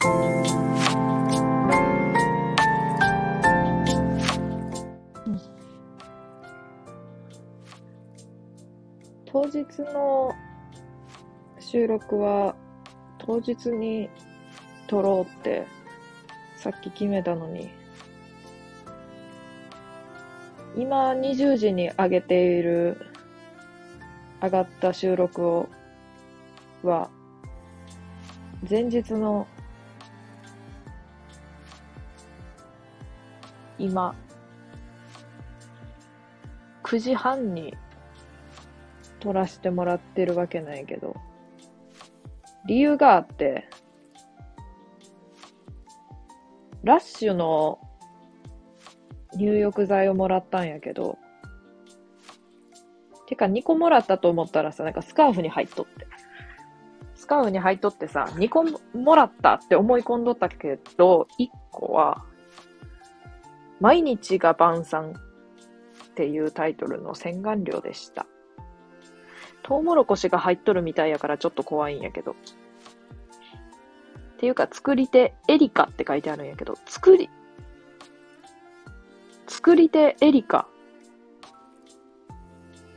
当日の収録は当日に撮ろうってさっき決めたのに、今20時に上がった収録は前日の今9時半に撮らせてもらってるわけなんやけど、理由があって、ラッシュの入浴剤をもらったんやけど、てか2個もらったと思ったらさ、なんかスカーフに入っとってさ、2個もらったって思い込んどったけど、1個は毎日が晩餐っていうタイトルの洗顔料でした。トウモロコシが入っとるみたいやからちょっと怖いんやけど。っていうか、作り手エリカって書いてあるんやけど、作り手エリカって、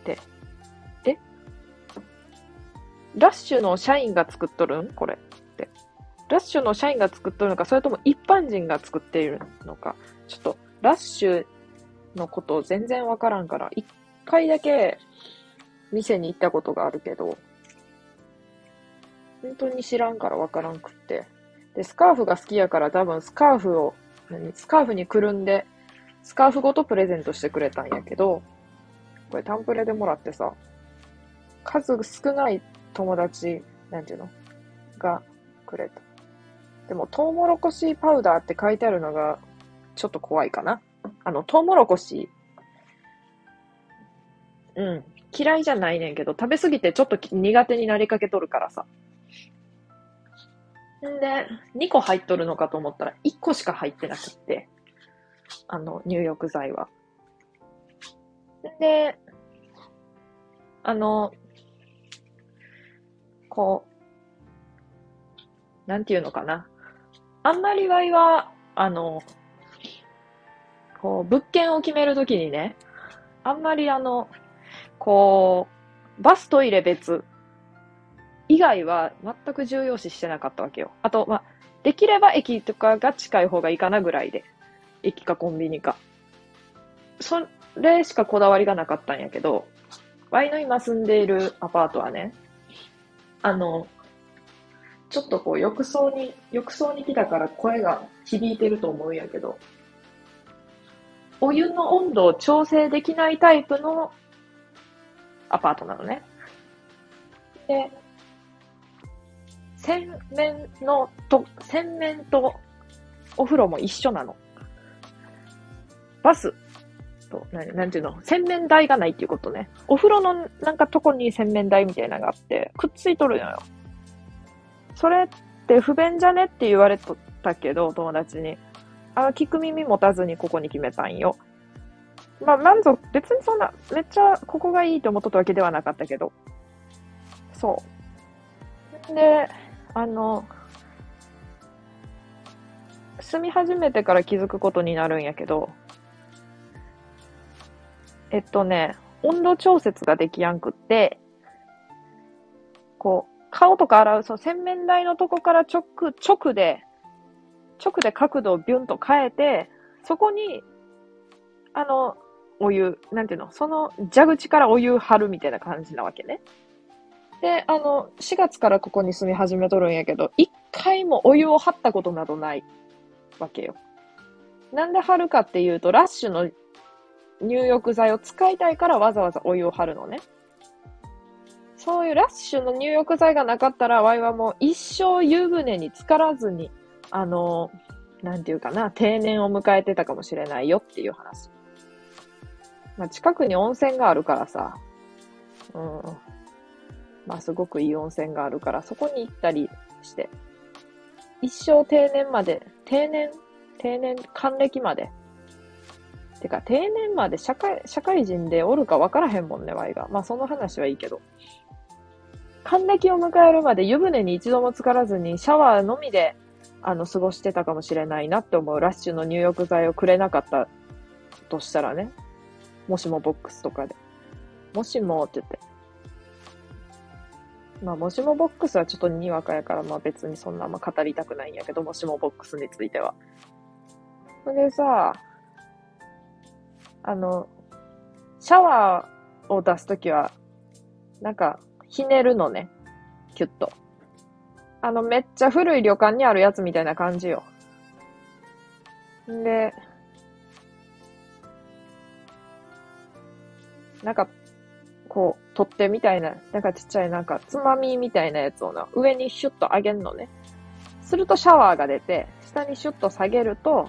ラッシュの社員が作っとるんこれって。ラッシュの社員が作っとるのか、それとも一般人が作っているのか、ちょっとラッシュのこと全然わからんから、一回だけ店に行ったことがあるけど、本当に知らんからわからんくって。で、スカーフが好きやから多分スカーフにくるんで、スカーフごとプレゼントしてくれたんやけど、これタンプレでもらってさ、数少ない友達、がくれた。でも、トウモロコシパウダーって書いてあるのが、ちょっと怖いかな。トウモロコシ、嫌いじゃないねんけど、食べ過ぎてちょっと苦手になりかけとるからさ。んで、2個入っとるのかと思ったら、1個しか入ってなくって、入浴剤は。で、なんていうのかな。あんまりワイは、物件を決めるときにね、あんまりバストイレ別以外は全く重要視してなかったわけよ。あと、できれば駅とかが近い方がいいかなぐらいで。駅かコンビニか。それしかこだわりがなかったんやけど、ワイの今住んでいるアパートはね、ちょっと浴槽に来たから声が響いてると思うんやけど、お湯の温度を調整できないタイプのアパートなのね。で、洗面とお風呂も一緒なの。バスと、なんていうの、洗面台がないっていうことね。お風呂のとこに洗面台みたいなのがあって、くっついとるのよ。それって不便じゃねって言われとったけど、友達に。聞く耳持たずにここに決めたんよ。別にそんな、めっちゃここがいいと思っとったわけではなかったけど。そう。で、住み始めてから気づくことになるんやけど、温度調節ができやんくって、顔とか洗う、洗面台のとこから直で角度をビュンと変えて、そこに、お湯、その蛇口からお湯張るみたいな感じなわけね。で、4月からここに住み始めとるんやけど、一回もお湯を張ったことなどないわけよ。なんで張るかっていうと、ラッシュの入浴剤を使いたいからわざわざお湯を張るのね。そういうラッシュの入浴剤がなかったら、ワイはもう一生湯船に浸からずに、なんていうかな、定年を迎えてたかもしれないよっていう話。近くに温泉があるからさ、すごくいい温泉があるから、そこに行ったりして、一生定年、還暦まで。てか、定年まで社会人でおるか分からへんもんね、ワイが。その話はいいけど。還暦を迎えるまで湯船に一度も浸からずにシャワーのみで、 過ごしてたかもしれないなって思うラッシュの入浴剤をくれなかったとしたらね。もしもボックスとかで。もしもって言って。まあ、もしもボックスはちょっとにわかやから、まあ別にそんな語りたくないんやけど、もしもボックスについては。でさ、シャワーを出すときは、なんか、ひねるのね。キュッと。めっちゃ古い旅館にあるやつみたいな感じよ。で、なんか、こう、取っ手みたいな、なんかちっちゃいなんか、つまみみたいなやつをな、上にシュッと上げんのね。するとシャワーが出て、下にシュッと下げると、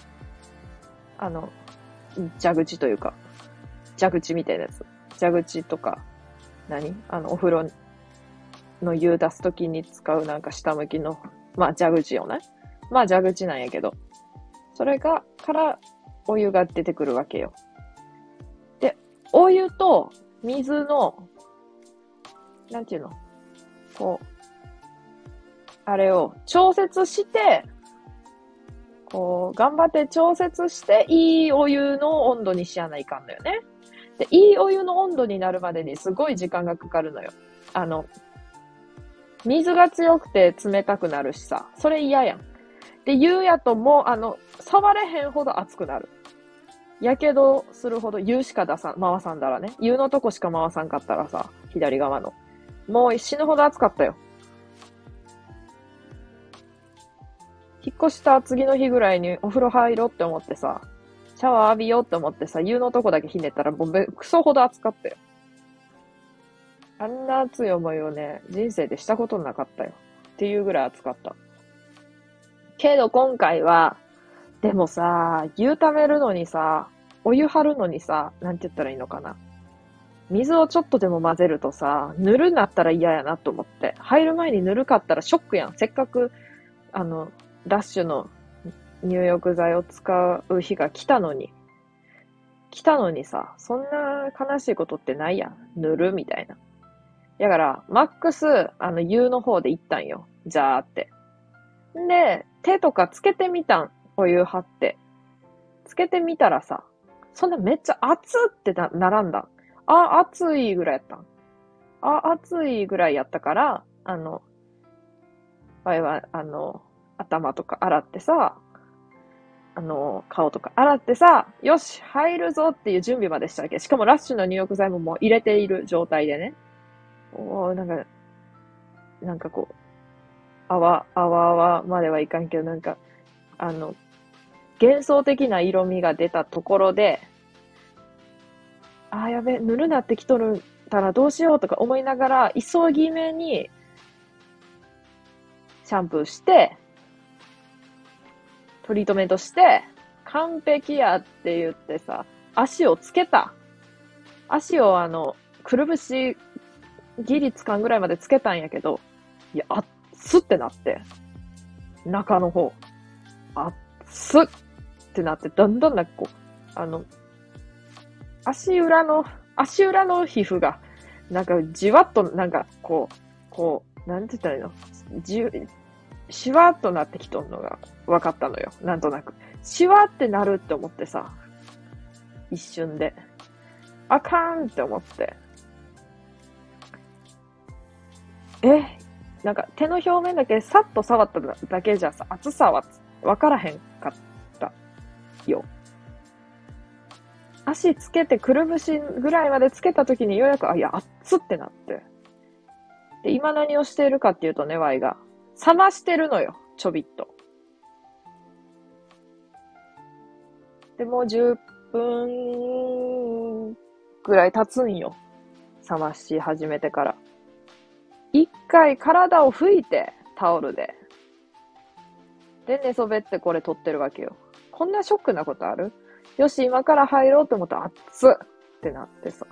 蛇口というか、蛇口みたいなやつ。蛇口とか、お風呂の湯出すときに使うなんか下向きの、まあ蛇口よね。まあ蛇口なんやけど。それからお湯が出てくるわけよ。で、お湯と水の、なんていうのこう、あれを調節して、こう、頑張って調節して、いいお湯の温度にしやないかんのよね。で、いいお湯の温度になるまでにすごい時間がかかるのよ。水が強くて冷たくなるしさ、それ嫌やん。で、湯やともう、触れへんほど熱くなる。やけどするほど湯しか回さんだらね。湯のとこしか回さんかったらさ、左側の。もう死ぬほど暑かったよ。引っ越した次の日ぐらいにお風呂入ろうって思ってさ、シャワー浴びようって思ってさ、湯のとこだけひねったらもうクソほど暑かったよ。あんな暑い思いをね、人生でしたことなかったよ。っていうぐらい暑かった。けど今回は、でもさ、湯溜めるのにさ、お湯張るのにさ、なんて言ったらいいのかな。水をちょっとでも混ぜるとさ、ぬるなったら嫌やなと思って。入る前にぬるかったらショックやん。せっかく、ラッシュの入浴剤を使う日が来たのに。来たのにさ、そんな悲しいことってないやん。ぬるみたいな。だから、マックス、湯の方で行ったんよ。じゃーって。で、手とかつけてみたん。お湯張って。つけてみたらさ、そんなめっちゃ熱って並んだ。あ、熱いぐらいやったん。あ、熱いぐらいやったから、わいは、頭とか洗ってさ、顔とか洗ってさ、よし、入るぞっていう準備までしたわけ。しかもラッシュの入浴剤ももう入れている状態でね。なんかこう、泡まではいかんけど、なんか、幻想的な色味が出たところで、やべ、ぬるなってきとるたらどうしようとか思いながら、急ぎ目に、シャンプーして、トリートメントして、完璧やって言ってさ、足をつけた。足をくるぶしギリつかんぐらいまでつけたんやけど、いや、熱ってなって、中の方、熱ってなって、だんだんなんかこう、足裏の皮膚が、なんかじわっとなんかこう、なんて言ったらいいのしわっとなってきとんのが分かったのよ。なんとなく。しわってなるって思ってさ、一瞬で。あかんって思って。なんか手の表面だけさっと触っただけじゃさ、熱さは分からへんかったよ。足つけてくるぶしぐらいまでつけた時にようやく、いや、熱ってなって。で、今何をしているかっていうとね、ワイが。冷ましてるのよ、ちょびっと。で、もう10分ぐらい経つんよ。冷まし始めてから。一回体を拭いて、タオルで。で、寝そべってこれ撮ってるわけよ。こんなショックなことある？よし、今から入ろうと思ったら熱っってなってさ。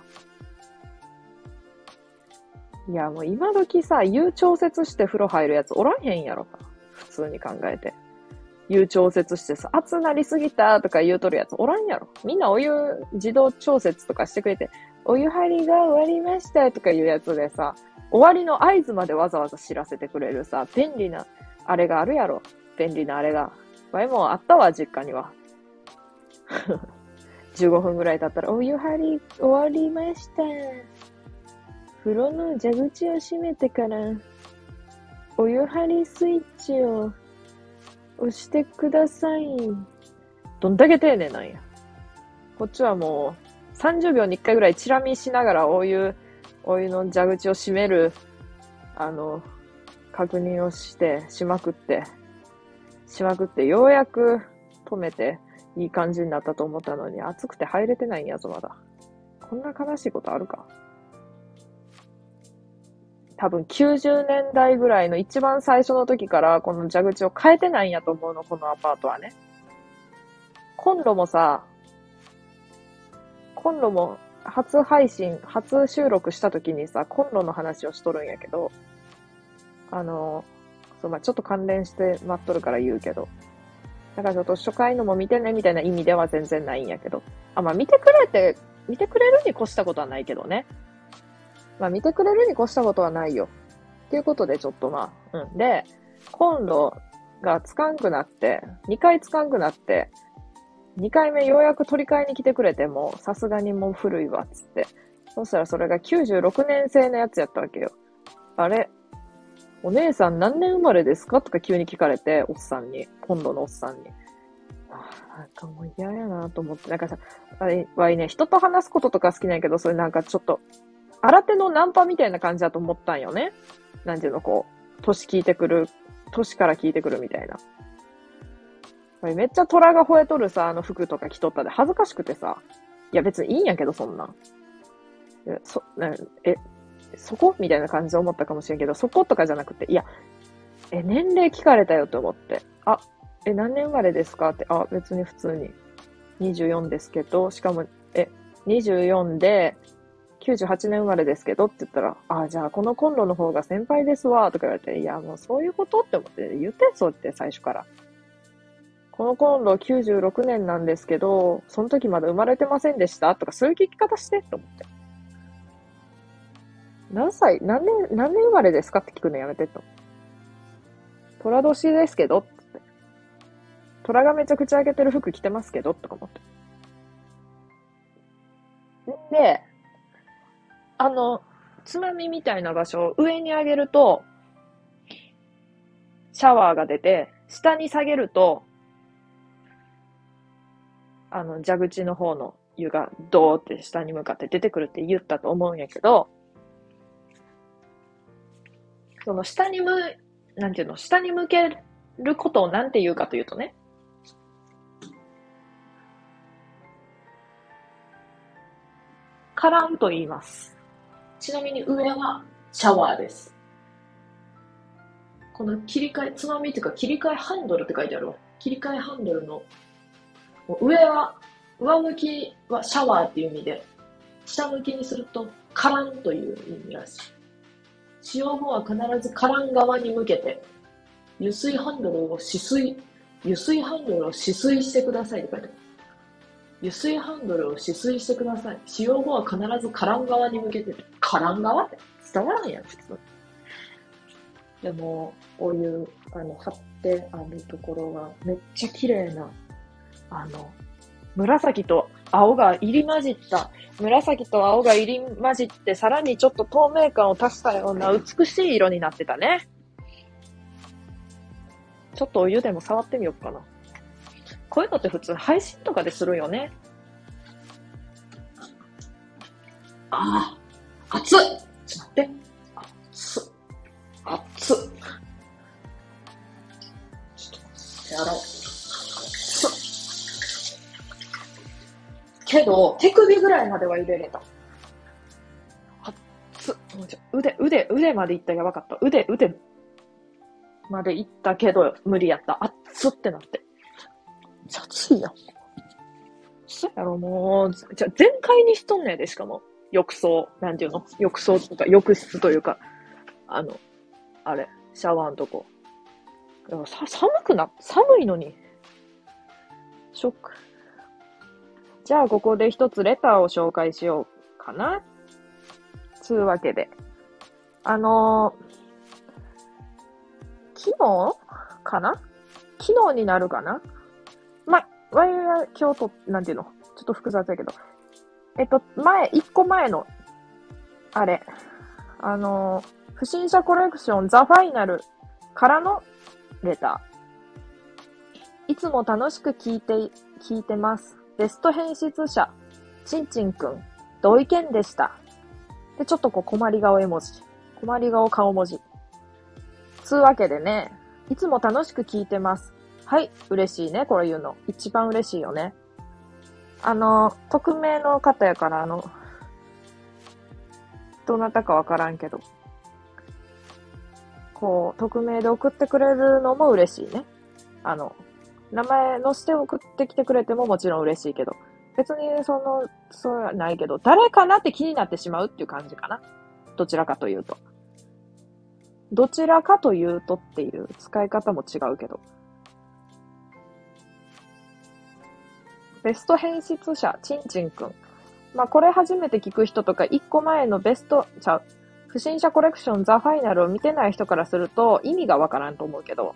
いや、もう今時さ、湯調節して風呂入るやつおらんへんやろか。普通に考えて。湯調節してさ、熱なりすぎたとか言うとるやつおらんやろ。みんなお湯自動調節とかしてくれて、お湯張りが終わりましたとかいうやつでさ、終わりの合図までわざわざ知らせてくれるさ、便利なあれがあるやろ。 便利なあれが。わいもあったわ、実家には。15分ぐらい経ったら、お湯張り終わりました。風呂の蛇口を閉めてから、お湯張りスイッチを押してください。どんだけ丁寧なんや。こっちはもう30秒に1回ぐらいチラ見しながらお湯の蛇口を閉める、確認をしまくって、ようやく止めていい感じになったと思ったのに、暑くて入れてないんやぞ、まだ。こんな悲しいことあるか。多分90年代ぐらいの一番最初の時からこの蛇口を変えてないんやと思うの、このアパートはね。コンロも初収録した時にさ、コンロの話をしとるんやけど、ちょっと関連して待っとるから言うけど、だからちょっと初回のも見てねみたいな意味では全然ないんやけど、見てくれるに越したことはないけどね。見てくれるに越したことはないよ。っていうことでちょっとで、コンロがつかんくなって、2回つかんくなって、2回目ようやく取り替えに来てくれても、さすがにもう古いわ、つって。そしたらそれが96年製のやつやったわけよ。あれ、お姉さん何年生まれですかとか急に聞かれて、コンロのおっさんに。なんかもう嫌やなと思って。なんかさ、わいね、人と話すこととか好きなんやけど、それなんかちょっと、新手のナンパみたいな感じだと思ったんよね。なんていうの、年から聞いてくるみたいな。めっちゃ虎が吠えとるさ、服とか着とったで恥ずかしくてさ。いや別にいいんやけど、そんなん。そこみたいな感じで思ったかもしれんけど、そことかじゃなくて、いや、年齢聞かれたよと思って。何年生まれですかって、別に普通に24ですけど、しかも、24で98年生まれですけどって言ったら、じゃあこのコンロの方が先輩ですわ、とか言われて、いやもうそういうことって思って言って、そうって最初から。このコンロ96年なんですけど、その時まだ生まれてませんでしたとか、そういう聞き方してと思って。何年生まれですかって聞くのやめてと。虎年ですけどって。虎がめちゃ口開けてる服着てますけどとか思って。で、つまみみたいな場所を上に上げると、シャワーが出て、下に下げると、蛇口の方の湯がドーって下に向かって出てくるって言ったと思うんやけど、その下に向けることをなんて言うかというとね、カランと言います。ちなみに上はシャワーです。このつまみっていうか切り替えハンドルって書いてあるわ。切り替えハンドルの上向きはシャワーっていう意味で、下向きにするとカランという意味らしい。使用後は必ずカラン側に向けて、油水ハンドルを止水してくださいって書いてある。油水ハンドルを止水してください。使用後は必ずカラン側に向けて。カラン側って伝わらんやん、普通。でも、お湯、貼ってあるところがめっちゃ綺麗な、紫と青が入り混じって、さらにちょっと透明感を足したような美しい色になってたね。ちょっとお湯でも触ってみようかな。こういうのって普通配信とかでするよね。熱い！ちょっと待って。熱っ。ちょっと、やろう。けど、手首ぐらいまでは入れれた。熱っ。腕までいったらやばかった。腕までいったけど、無理やった。熱っってなって。熱いやん。そうやろ、もう。全開にしとんねんで、しかも。浴槽とか、浴室というか、シャワーのとこ。寒いのに。ショック。じゃあ、ここで一つレターを紹介しようかな。つうわけで。昨日かな昨日になるかな。ワイは今日と、なんていうの、ちょっと複雑だけど、一個前の、あれ、不審者コレクションザ・ファイナルからのレター。いつも楽しく聞いてます。ベスト編出者、ちんちんくん、同意見でした。で、ちょっとこう困り顔絵文字。困り顔顔文字。つうわけでね、いつも楽しく聞いてます。はい、嬉しいね、これ言うの。一番嬉しいよね。匿名の方やから、どなたかわからんけど、こう、匿名で送ってくれるのも嬉しいね。名前載せて送ってきてくれてももちろん嬉しいけど、別にそうはないけど、誰かなって気になってしまうっていう感じかな。どちらかというと。どちらかというとっていう使い方も違うけど。ベスト編出者、ちんちんくん。これ初めて聞く人とか、一個前の不審者コレクションザ・ファイナルを見てない人からすると意味がわからんと思うけど、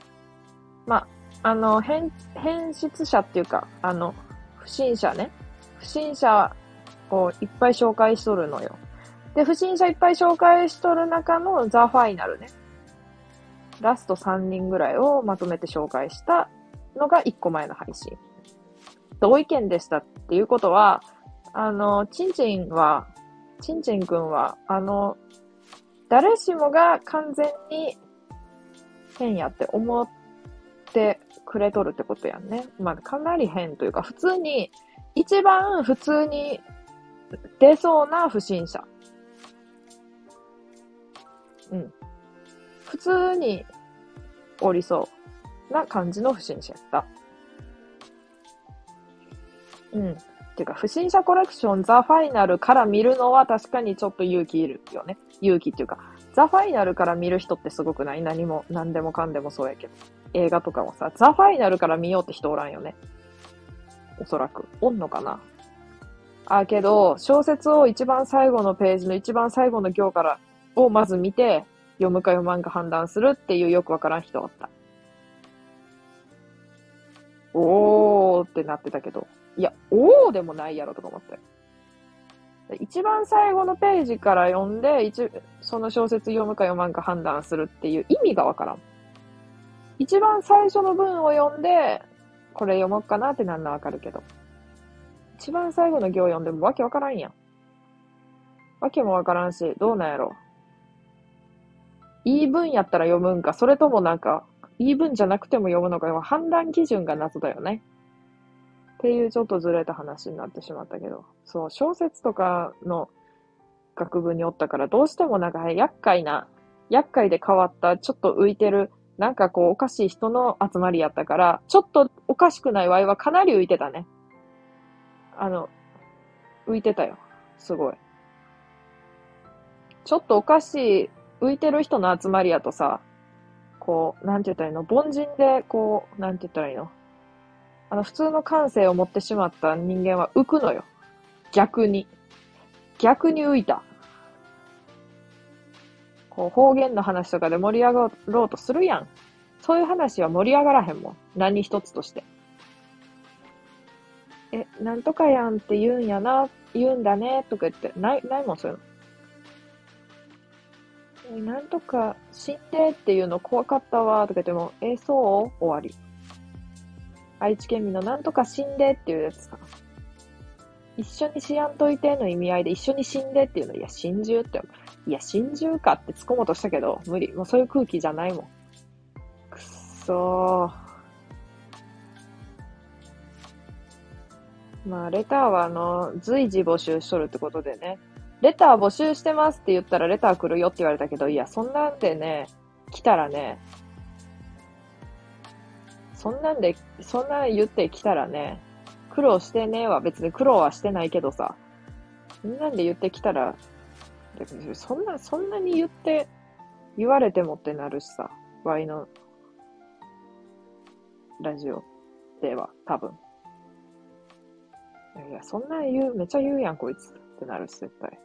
編出者っていうか、不審者ね。不審者をいっぱい紹介しとるのよ。で、不審者いっぱい紹介しとる中のザ・ファイナルね。ラスト3人ぐらいをまとめて紹介したのが1個前の配信。同意見でしたっていうことは、ちんちんくんは、誰しもが完全に変やって思ってくれとるってことやんね。かなり変というか、一番普通に出そうな不審者。うん。普通におりそうな感じの不審者やった。うん。っていうか、不審者コレクションザ・ファイナルから見るのは確かにちょっと勇気いるよね。勇気っていうか、ザ・ファイナルから見る人ってすごくない？何でもかんでもそうやけど。映画とかもさ、ザ・ファイナルから見ようって人おらんよね。おそらく。おんのかな？けど、小説を一番最後のページの一番最後の行からをまず見て、読むか読まんか判断するっていうよくわからん人だった。おーってなってたけど。いや、おーでもないやろとか思って。一番最後のページから読んで、その小説読むか読まんか判断するっていう意味がわからん。一番最初の文を読んで、これ読もうかなってなんのわかるけど。一番最後の行読んでもわけわからんやん。わけもわからんし、どうなんやろ。いい文やったら読むんか、それともいい文じゃなくても読むのか、判断基準が謎だよね。っていうちょっとずれた話になってしまったけど。そう、小説とかの学部におったから、どうしても厄介で変わった、ちょっと浮いてる、おかしい人の集まりやったから、ちょっとおかしくないワイはかなり浮いてたね。浮いてたよ。すごい。ちょっとおかしい、浮いてる人の集まりやとさ、なんて言ったらいいの？凡人で、なんて言ったらいいの？普通の感性を持ってしまった人間は浮くのよ。逆に。逆に浮いた。方言の話とかで盛り上がろうとするやん。そういう話は盛り上がらへんもん。何一つとして。なんとかやんって言うんだね、とか言って。ないもん、そういうの。なんとか死んでっていうの怖かったわ、とか言っても、そう終わり。愛知県民のなんとか死んでっていうやつさ。一緒にしやんといての意味合いで一緒に死んでっていうの、いや、心中って、いや、心中かって突っ込もうとしたけど、無理。もうそういう空気じゃないもん。くっそー。レターは随時募集しとるってことでね。レター募集してますって言ったらレター来るよって言われたけど、いや、そんなんでね、来たらね、そんなん言って来たらね、苦労してねは別に苦労はしてないけどさ、そんなんで言ってきたら、そんなに言われてもってなるしさ、ワイのラジオでは、多分。いや、そんなめっちゃ言うやん、こいつってなるし、絶対。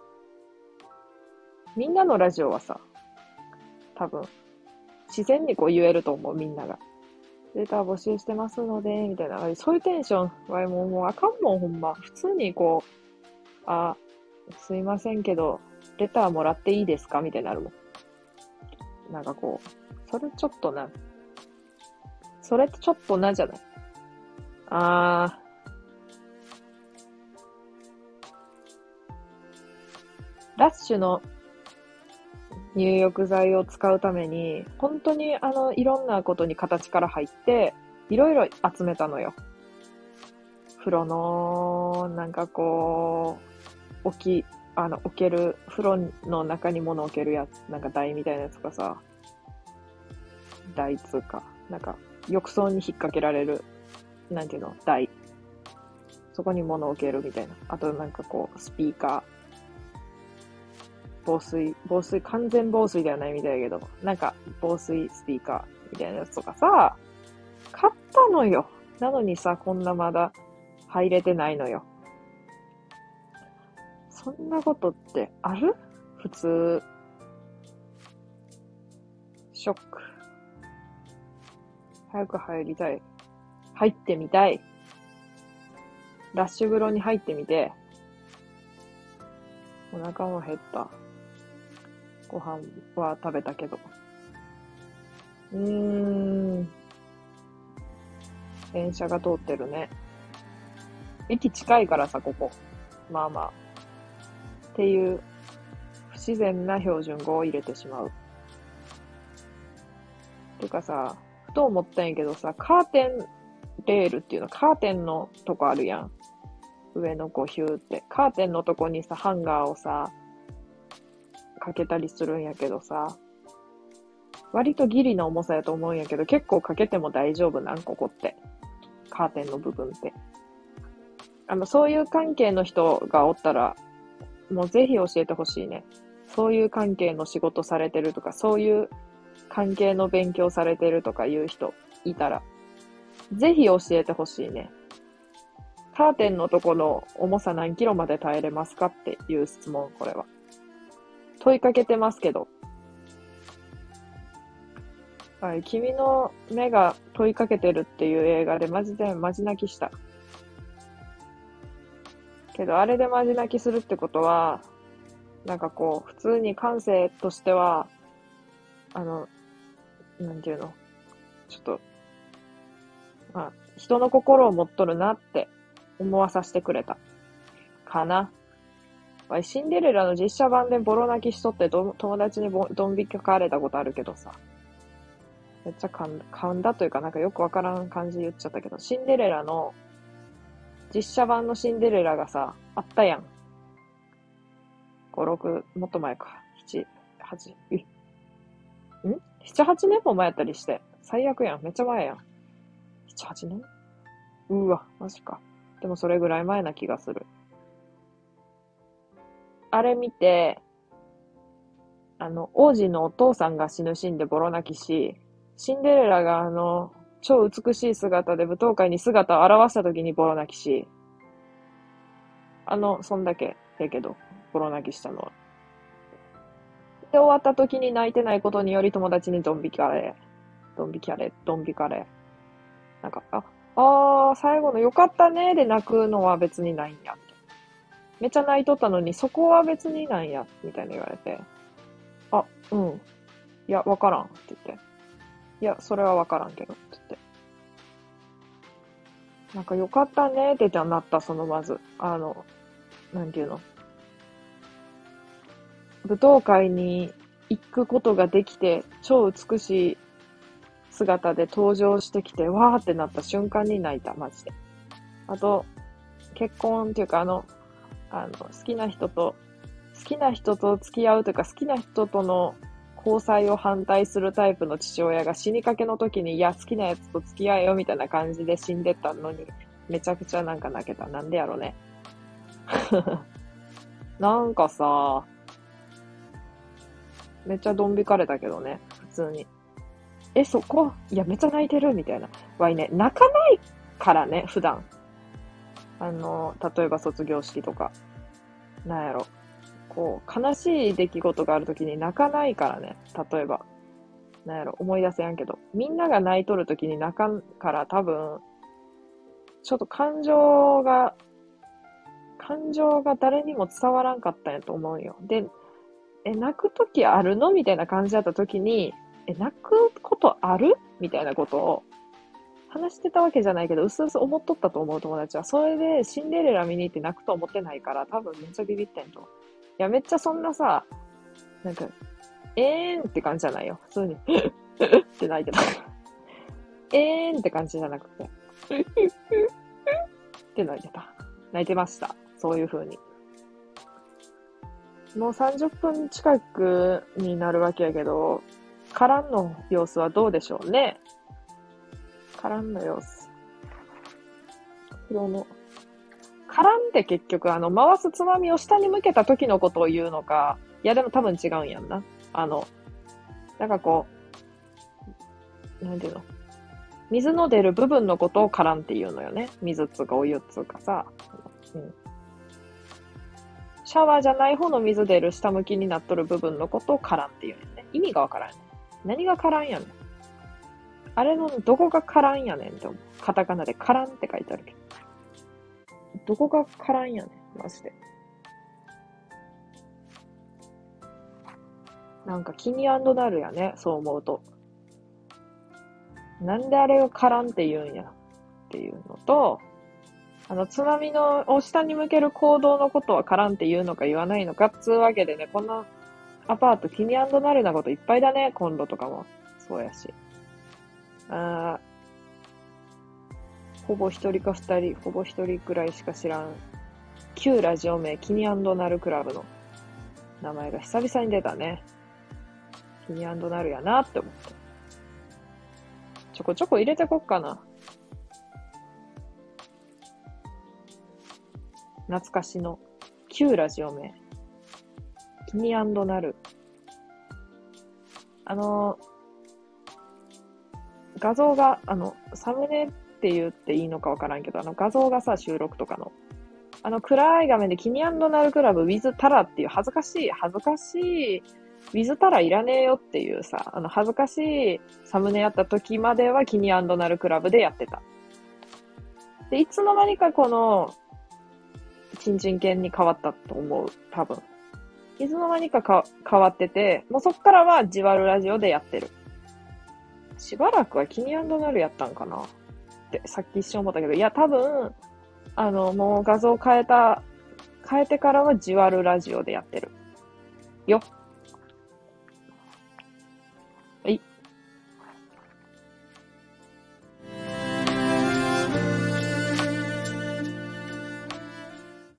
みんなのラジオはさ、多分、自然に言えると思う、みんなが。 レター募集してますので、みたいな。そういうテンションはもうあかんもん、ほんま。普通にこう、すいませんけど、レターもらっていいですかみたいになるもん。なんかこう、それちょっとな、それちょっとなじゃない？あラッシュの入浴剤を使うために、本当にいろんなことに形から入って、いろいろ集めたのよ。風呂の、なんかこう、置ける、風呂の中に物置けるやつ、なんか台みたいなやつがさ、台つうか、なんか、浴槽に引っ掛けられる、なんていうの、台。そこに物置けるみたいな。あとなんかこう、スピーカ防水、完全防水ではないみたいだけど、なんか、防水スピーカーみたいなやつとかさ、買ったのよ。なのにさ、こんなまだ入れてないのよ。そんなことってある？普通。ショック。早く入りたい。入ってみたい。ラッシュ風呂に入ってみて、お腹も減った。ご飯は食べたけど。電車が通ってるね。駅近いからさ、ここ。まあまあ。っていう不自然な標準語を入れてしまう。てかさ、ふと思ったんやけどさ、カーテンレールっていうの、カーテンのとこあるやん。上のこうヒューって。カーテンのとこにさ、ハンガーをさ、かけたりするんやけどさ、割とギリの重さやと思うんやけど、結構かけても大丈夫なん、ここって。カーテンの部分って。そういう関係の人がおったら、もうぜひ教えてほしいね。そういう関係の仕事されてるとか、そういう関係の勉強されてるとかいう人いたら、ぜひ教えてほしいね。カーテンのとこの重さ何キロまで耐えれますかっていう質問、これは。問いかけてますけど。はい、君の目が問いかけてるっていう映画でマジ泣きした。けど、あれでマジ泣きするってことは、なんかこう、普通に感性としては、あの、なんていうの、ちょっと、まあ、人の心を持っとるなって思わさせてくれた。かな。シンデレラの実写版でボロ泣きしとって友達にドン引きかれたことあるけどさ。めっちゃ噛んだというかなんかよくわからん感じで言っちゃったけど、シンデレラの、実写版のシンデレラがさ、あったやん。5、6、もっと前か。7、8、7、8年も前やったりして。最悪やん。めっちゃ前やん。7、8年？うわ、マジか。でもそれぐらい前な気がする。あれ見て、王子のお父さんが死ぬシーンでボロ泣きし、シンデレラが超美しい姿で舞踏会に姿を現した時にボロ泣きし、そんだけやけど、ボロ泣きしたのは。で、終わった時に泣いてないことにより友達にドン引かれ、ドン引かれ。なんか、最後のよかったねで泣くのは別にないんや。めっちゃ泣いとったのに、そこは別になんや、みたいな言われて。うん。いや、わからん、って言って。いや、それはわからんけど、って言って。なんかよかったねってじゃなった、そのまず。なんていうの。舞踏会に行くことができて、超美しい姿で登場してきて、わーってなった瞬間に泣いた、マジで。あと、結婚っていうか、好きな人と付き合うというか、好きな人との交際を反対するタイプの父親が死にかけの時に、いや、好きなやつと付き合えよみたいな感じで死んでったのに、めちゃくちゃなんか泣けた。なんでやろね。なんかさ、めっちゃドン引かれたけどね、普通に。そこいや、めっちゃ泣いてるみたいな。わいね、泣かないからね、普段。例えば卒業式とか。なんやろ。こう、悲しい出来事があるときに泣かないからね、例えば。 なんやろ、思い出せやんけど。みんなが泣いとるときに泣かんから多分、ちょっと感情が誰にも伝わらんかったんやと思うよ。で、泣くときあるのみたいな感じだったときに、泣くことあるみたいなことを話してたわけじゃないけど、うすうす思っとったと思う友達は。それでシンデレラ見に行って泣くと思ってないから、多分めっちゃビビってんと。いや、めっちゃそんなさ、なんか、って感じじゃないよ。普通に、って泣いてた。って感じじゃなくて、って泣いてた。泣いてました。そういう風に。もう30分近くになるわけやけど、カランの様子はどうでしょうね。カランの様子。カランって結局回すつまみを下に向けた時のことを言うのか、いやでも多分違うんやんな。なんかこう、なんていうの、水の出る部分のことをカランって言うのよね。水っつうかお湯っつうかさ。うん。シャワーじゃない方の水出る下向きになっとる部分のことをカランって言うんよね。意味がわからんね。何がカランやねん。あれのどこがカランやねんって思う。カタカナでカランって書いてあるけど。どこがカランやねん。マジで。なんか気になるやね。そう思うと。なんであれがカランって言うんやっていうのと、つまみのを下に向ける行動のことはカランって言うのか言わないのかっつうわけでね、このアパート気になるなこといっぱいだね。コンロとかも。そうやし。ほぼ一人か二人、ほぼ一人くらいしか知らん。旧ラジオ名気になるクラブの名前が久々に出たね。気になるやなって思って。ちょこちょこ入れてこっかな。懐かしの旧ラジオ名。気になる。画像が、サムネって言っていいのかわからんけど、画像がさ、収録とかの。暗い画面で気になるクラブ with タラっていう恥ずかしい、with タラいらねえよっていうさ、恥ずかしいサムネやった時までは気になるクラブでやってた。で、いつの間にかこの、チンチン犬に変わったと思う、多分。いつの間にか変わってて、もうそっからはじわるラジオでやってる。しばらくは気にやったんかなってさっき一瞬思ったけど、いや多分、もう画像変えてからはじわるラジオでやってる。よ。